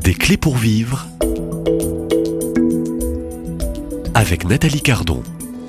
Des clés pour vivre avec Nathalie Cardon.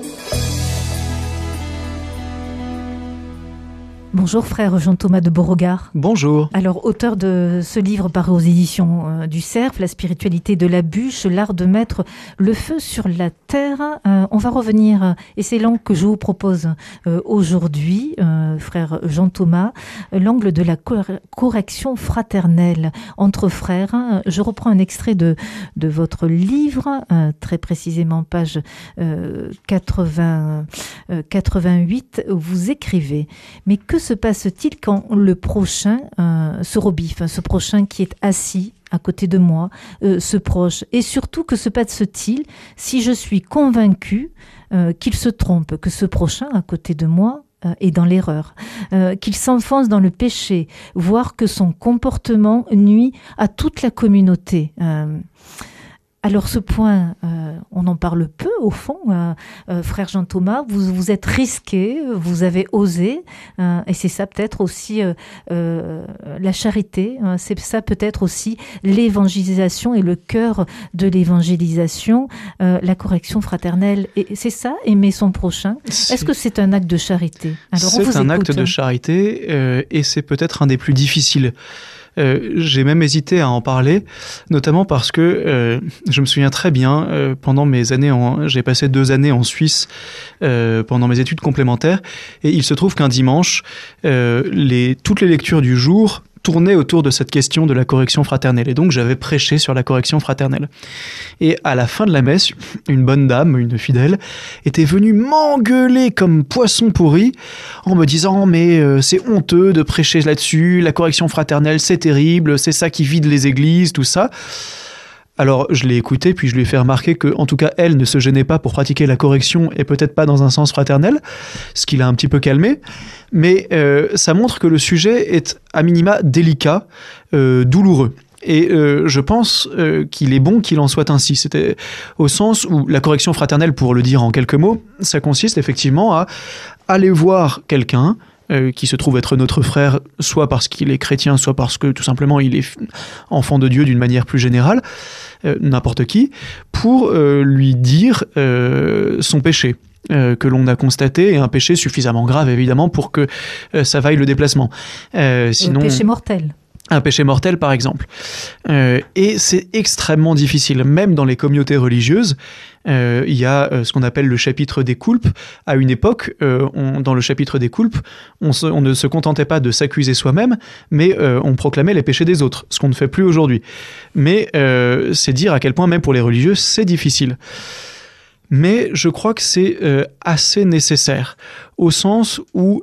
Bonjour frère Jean-Thomas de Beauregard. Bonjour. Alors auteur de ce livre paru aux éditions du Cerf, La spiritualité de la bûche, l'art de mettre le feu sur la terre. On va revenir, et c'est l'angle que je vous propose aujourd'hui, frère Jean-Thomas, l'angle de la correction fraternelle entre frères. Je reprends un extrait de votre livre, très précisément page 88, où vous écrivez « Mais que se passe-t-il quand le prochain se rebiffe, ce prochain qui est assis à côté de moi, ce proche? Et surtout, que se passe-t-il si je suis convaincu qu'il se trompe, que ce prochain à côté de moi est dans l'erreur, qu'il s'enfonce dans le péché, voire que son comportement nuit à toute la communauté ?» Alors ce point, on en parle peu au fond, frère Jean-Thomas, vous êtes risqué, vous avez osé, et c'est ça peut-être aussi la charité, c'est ça peut-être aussi l'évangélisation et le cœur de l'évangélisation, la correction fraternelle, et c'est ça, aimer son prochain. Est-ce que c'est un acte de charité? Alors, c'est un acte de charité, et c'est peut-être un des plus difficiles. J'ai même hésité à en parler, notamment parce que je me souviens très bien, pendant mes années, j'ai passé 2 années en Suisse pendant mes études complémentaires, et il se trouve qu'un dimanche, toutes les lectures du jour tournaient autour de cette question de la correction fraternelle, et donc j'avais prêché sur la correction fraternelle. Et à la fin de la messe, une bonne dame, une fidèle, était venue m'engueuler comme poisson pourri en me disant « mais c'est honteux de prêcher là-dessus, la correction fraternelle c'est terrible, c'est ça qui vide les églises, tout ça ». Alors, je l'ai écouté, puis je lui ai fait remarquer que, en tout cas, elle ne se gênait pas pour pratiquer la correction, et peut-être pas dans un sens fraternel, ce qui l'a un petit peu calmé. Mais ça montre que le sujet est, à minima, délicat, douloureux. Et je pense qu'il est bon qu'il en soit ainsi. C'était au sens où la correction fraternelle, pour le dire en quelques mots, ça consiste effectivement à aller voir quelqu'un qui se trouve être notre frère, soit parce qu'il est chrétien, soit parce que tout simplement il est enfant de Dieu d'une manière plus générale, n'importe qui, pour lui dire son péché que l'on a constaté, et un péché suffisamment grave évidemment pour que ça vaille le déplacement. Sinon, péché mortel. Un péché mortel, par exemple. Et c'est extrêmement difficile, même dans les communautés religieuses. Il y a ce qu'on appelle le chapitre des coulpes. À une époque, dans le chapitre des coulpes, on ne se contentait pas de s'accuser soi-même, mais on proclamait les péchés des autres, ce qu'on ne fait plus aujourd'hui. Mais c'est dire à quel point, même pour les religieux, c'est difficile. Mais je crois que c'est assez nécessaire, au sens où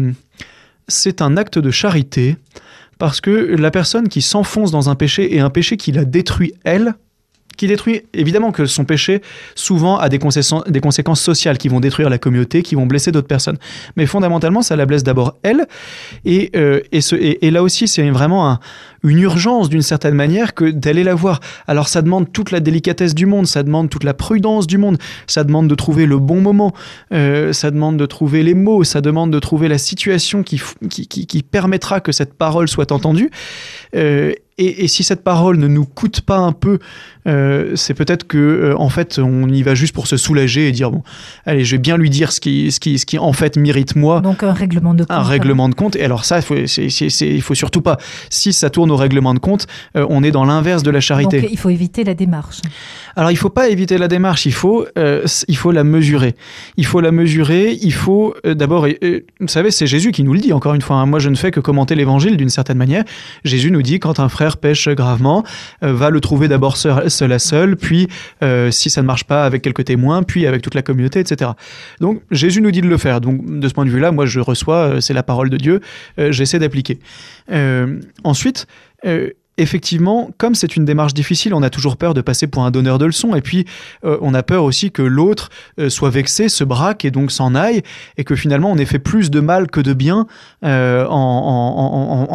c'est un acte de charité, parce que la personne qui s'enfonce dans un péché, et un péché qui la détruit, qui détruit, évidemment que son péché, souvent, a des conséquences sociales qui vont détruire la communauté, qui vont blesser d'autres personnes. Mais fondamentalement, ça la blesse d'abord elle, et là aussi, c'est vraiment une urgence d'une certaine manière que d'aller la voir. Alors ça demande toute la délicatesse du monde, ça demande toute la prudence du monde, ça demande de trouver le bon moment, ça demande de trouver les mots, ça demande de trouver la situation qui permettra que cette parole soit entendue. Et si cette parole ne nous coûte pas un peu, c'est peut-être que en fait on y va juste pour se soulager et dire bon, allez, je vais bien lui dire ce qui en fait mérite moi. Donc un règlement de compte. Un règlement de compte. Et alors ça, il faut surtout pas. Si ça tourne au règlement de compte, on est dans l'inverse de la charité. Donc il faut éviter la démarche. Alors il faut pas éviter la démarche. Il faut la mesurer. Il faut la mesurer. Il faut d'abord. Vous savez, c'est Jésus qui nous le dit. Encore une fois, hein, moi je ne fais que commenter l'Évangile d'une certaine manière. Jésus nous dit quand un frère pêche gravement, va le trouver d'abord seul à seul, puis si ça ne marche pas avec quelques témoins, puis avec toute la communauté, etc. Donc Jésus nous dit de le faire. Donc de ce point de vue-là, moi je reçois, c'est la parole de Dieu, j'essaie d'appliquer. Ensuite, effectivement, comme c'est une démarche difficile, on a toujours peur de passer pour un donneur de leçons, et puis on a peur aussi que l'autre soit vexé, se braque et donc s'en aille, et que finalement on ait fait plus de mal que de bien en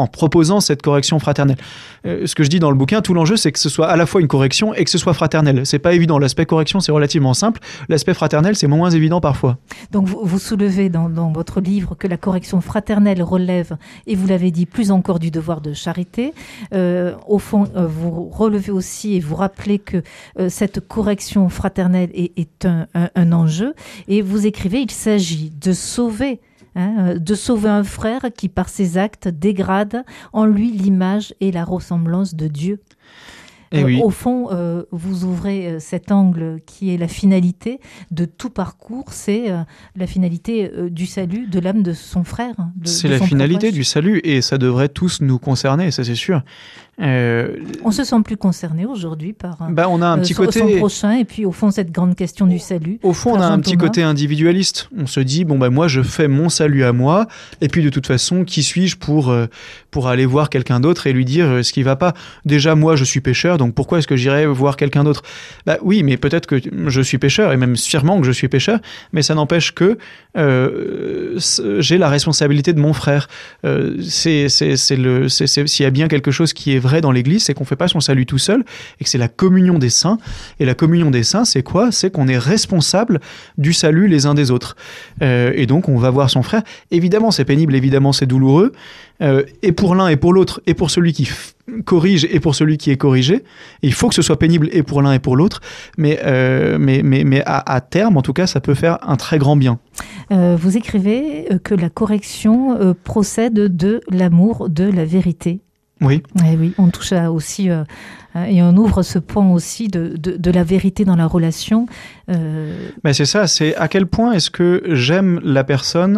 en proposant cette correction fraternelle. Ce que je dis dans le bouquin, tout l'enjeu, c'est que ce soit à la fois une correction et que ce soit fraternel. C'est pas évident. L'aspect correction, c'est relativement simple. L'aspect fraternel, c'est moins évident parfois. Donc vous soulevez dans votre livre que la correction fraternelle relève, et vous l'avez dit, plus encore du devoir de charité. Au fond, vous relevez aussi et vous rappelez que cette correction fraternelle est un enjeu. Et vous écrivez, il s'agit de sauver un frère qui, par ses actes, dégrade en lui l'image et la ressemblance de Dieu. Oui. Au fond, vous ouvrez cet angle qui est la finalité de tout parcours, c'est la finalité du salut de l'âme de son frère. C'est la finalité du salut, et ça devrait tous nous concerner, ça c'est sûr. On se sent plus concerné aujourd'hui par on a un petit côté... son prochain, et puis au fond cette grande question du salut. Au fond, on a un petit côté individualiste. On se dit, moi je fais mon salut à moi, et puis de toute façon, qui suis-je pour aller voir quelqu'un d'autre et lui dire ce qui va pas? Déjà, moi je suis pécheur, donc pourquoi est-ce que j'irais voir quelqu'un d'autre? Oui, mais peut-être que je suis pécheur, et même sûrement que je suis pécheur, mais ça n'empêche que j'ai la responsabilité de mon frère. S'il y a bien quelque chose qui est vrai dans l'Église, c'est qu'on ne fait pas son salut tout seul, et que c'est la communion des saints. Et la communion des saints, c'est quoi? C'est qu'on est responsable du salut les uns des autres. Et donc, on va voir son frère. Évidemment, c'est pénible, évidemment, c'est douloureux. Et pour l'un et pour l'autre, et pour celui qui corrige et pour celui qui est corrigé. Et il faut que ce soit pénible et pour l'un et pour l'autre. Mais à terme, en tout cas, ça peut faire un très grand bien. Vous écrivez que la correction procède de l'amour de la vérité. Oui. Oui, on touche aussi et on ouvre ce point aussi de la vérité dans la relation. C'est ça, c'est à quel point est-ce que j'aime la personne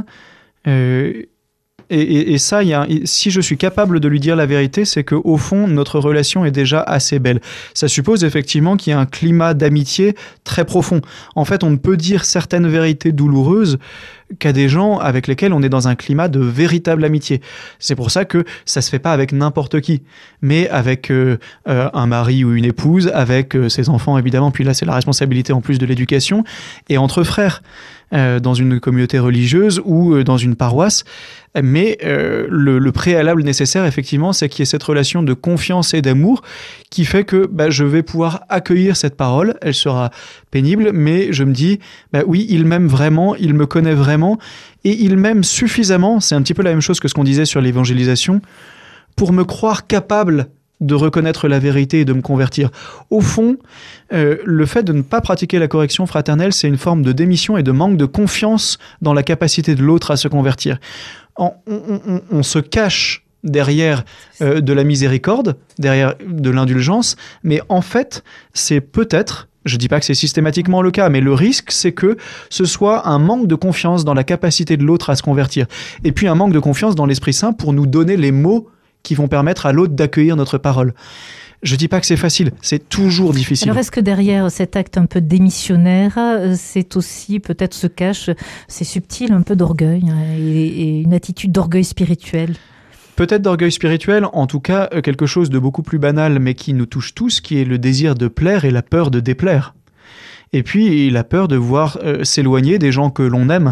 et ça, si je suis capable de lui dire la vérité, c'est qu'au fond, notre relation est déjà assez belle. Ça suppose effectivement qu'il y a un climat d'amitié très profond. En fait, on ne peut dire certaines vérités douloureuses qu'à des gens avec lesquels on est dans un climat de véritable amitié. C'est pour ça que ça se fait pas avec n'importe qui, mais avec un mari ou une épouse, avec ses enfants évidemment, puis là c'est la responsabilité en plus de l'éducation, et entre frères, dans une communauté religieuse ou dans une paroisse. Mais le préalable nécessaire, effectivement, c'est qu'il y ait cette relation de confiance et d'amour qui fait que je vais pouvoir accueillir cette parole. Elle sera pénible, mais je me dis, oui, il m'aime vraiment, il me connaît vraiment, et il m'aime suffisamment, c'est un petit peu la même chose que ce qu'on disait sur l'évangélisation, pour me croire capable de reconnaître la vérité et de me convertir. Au fond, le fait de ne pas pratiquer la correction fraternelle, c'est une forme de démission et de manque de confiance dans la capacité de l'autre à se convertir. On se cache derrière de la miséricorde, derrière de l'indulgence, mais en fait, c'est peut-être, je ne dis pas que c'est systématiquement le cas, mais le risque, c'est que ce soit un manque de confiance dans la capacité de l'autre à se convertir, et puis un manque de confiance dans l'Esprit Saint pour nous donner les mots qui vont permettre à l'autre d'accueillir notre parole. Je ne dis pas que c'est facile, c'est toujours difficile. Alors est-ce que derrière cet acte un peu démissionnaire, c'est aussi, peut-être se cache, c'est subtil, un peu d'orgueil et une attitude d'orgueil spirituel? Peut-être d'orgueil spirituel, en tout cas quelque chose de beaucoup plus banal, mais qui nous touche tous, qui est le désir de plaire et la peur de déplaire. Et puis la peur de voir s'éloigner des gens que l'on aime.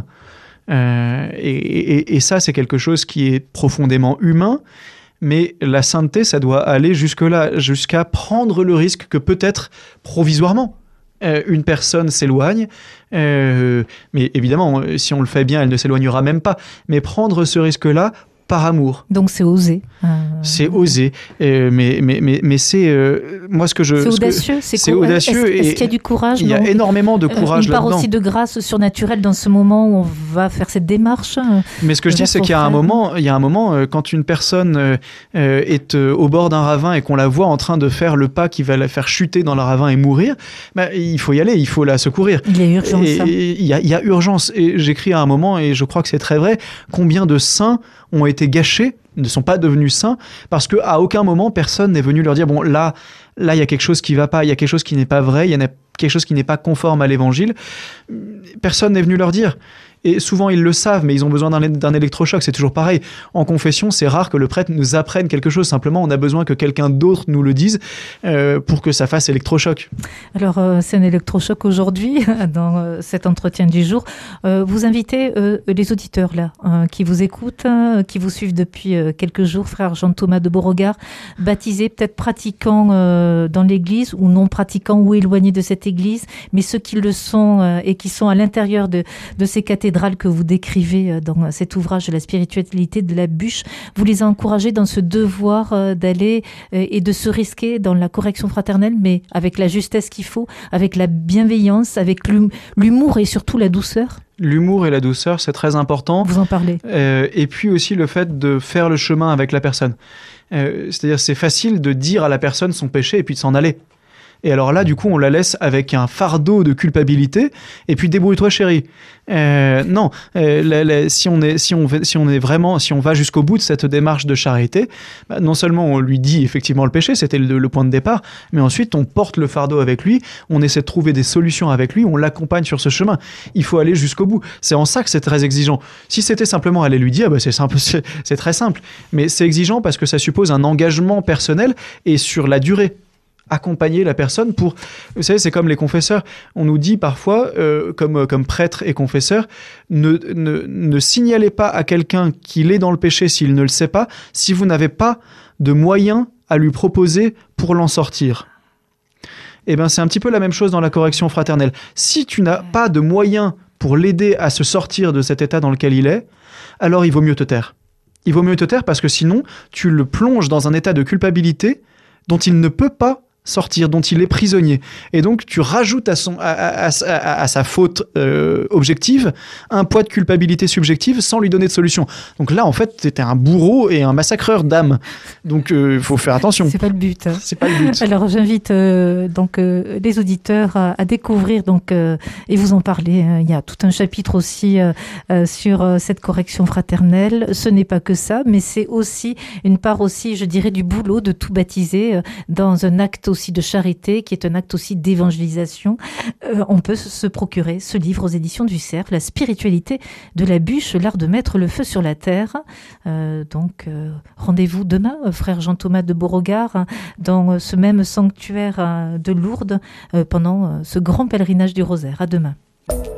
Et ça, c'est quelque chose qui est profondément humain. Mais la sainteté, ça doit aller jusque-là, jusqu'à prendre le risque que peut-être, provisoirement, une personne s'éloigne. Mais évidemment, si on le fait bien, elle ne s'éloignera même pas. Mais prendre ce risque-là par amour. Donc c'est osé. C'est osé. Mais c'est... moi, ce que je... C'est audacieux. C'est audacieux. Est-ce qu'il y a du courage? Il y a énormément de courage là-dedans. Une part aussi de grâce surnaturelle dans ce moment où on va faire cette démarche. Mais ce que je dis, c'est qu'il y a un moment, quand une personne est au bord d'un ravin et qu'on la voit en train de faire le pas qui va la faire chuter dans le ravin et mourir, il faut y aller, il faut la secourir. Il y a urgence. Il y a urgence. Et j'écris à un moment, et je crois que c'est très vrai, combien de saints ont été gâchés, ne sont pas devenus saints, parce qu'à aucun moment, personne n'est venu leur dire, bon, là, il y a quelque chose qui ne va pas, il y a quelque chose qui n'est pas vrai, il y a quelque chose qui n'est pas conforme à l'évangile. Personne n'est venu leur dire. Et souvent, ils le savent, mais ils ont besoin d'un électrochoc. C'est toujours pareil. En confession, c'est rare que le prêtre nous apprenne quelque chose. Simplement, on a besoin que quelqu'un d'autre nous le dise pour que ça fasse électrochoc. Alors, c'est un électrochoc aujourd'hui, dans cet entretien du jour. Vous invitez les auditeurs là, qui vous écoutent, qui vous suivent depuis quelques jours, frère Jean-Thomas de Beauregard, baptisés, peut-être pratiquants dans l'église ou non pratiquants ou éloignés de cette église, mais ceux qui le sont et qui sont à l'intérieur de ces cathédrales que vous décrivez dans cet ouvrage de la spiritualité de la bûche, vous les encouragez dans ce devoir d'aller et de se risquer dans la correction fraternelle, mais avec la justesse qu'il faut, avec la bienveillance, avec l'humour et surtout la douceur. L'humour et la douceur, c'est très important. Vous en parlez. Et puis aussi le fait de faire le chemin avec la personne. C'est-à-dire, c'est facile de dire à la personne son péché et puis de s'en aller. Et alors là, du coup, on la laisse avec un fardeau de culpabilité. Et puis débrouille-toi, chérie. Non, si on va jusqu'au bout de cette démarche de charité, non seulement on lui dit effectivement le péché, c'était le point de départ, mais ensuite on porte le fardeau avec lui, on essaie de trouver des solutions avec lui, on l'accompagne sur ce chemin. Il faut aller jusqu'au bout. C'est en ça que c'est très exigeant. Si c'était simplement aller lui dire, c'est simple, c'est très simple. Mais c'est exigeant parce que ça suppose un engagement personnel et sur la durée. Accompagner la personne pour... Vous savez, c'est comme les confesseurs. On nous dit parfois, comme prêtre et confesseur, ne signalez pas à quelqu'un qu'il est dans le péché s'il ne le sait pas, si vous n'avez pas de moyens à lui proposer pour l'en sortir. Eh bien, c'est un petit peu la même chose dans la correction fraternelle. Si tu n'as pas de moyens pour l'aider à se sortir de cet état dans lequel il est, alors il vaut mieux te taire. Il vaut mieux te taire parce que sinon, tu le plonges dans un état de culpabilité dont il ne peut pas sortir, dont il est prisonnier. Et donc, tu rajoutes à sa faute objective un poids de culpabilité subjective sans lui donner de solution. Donc là, en fait, t'étais un bourreau et un massacreur d'âme. Donc, il faut faire attention. C'est pas le but. C'est pas le but. Alors, j'invite les auditeurs à découvrir et vous en parler. Il y a tout un chapitre aussi sur cette correction fraternelle. Ce n'est pas que ça, mais c'est aussi une part aussi, je dirais, du boulot de tout baptiser dans un acte aussi de charité, qui est un acte aussi d'évangélisation. On peut se procurer ce livre aux éditions du Cerf, La spiritualité de la bûche, l'art de mettre le feu sur la terre. Rendez-vous demain, frère Jean-Thomas de Beauregard, dans ce même sanctuaire de Lourdes, pendant ce grand pèlerinage du Rosaire. À demain.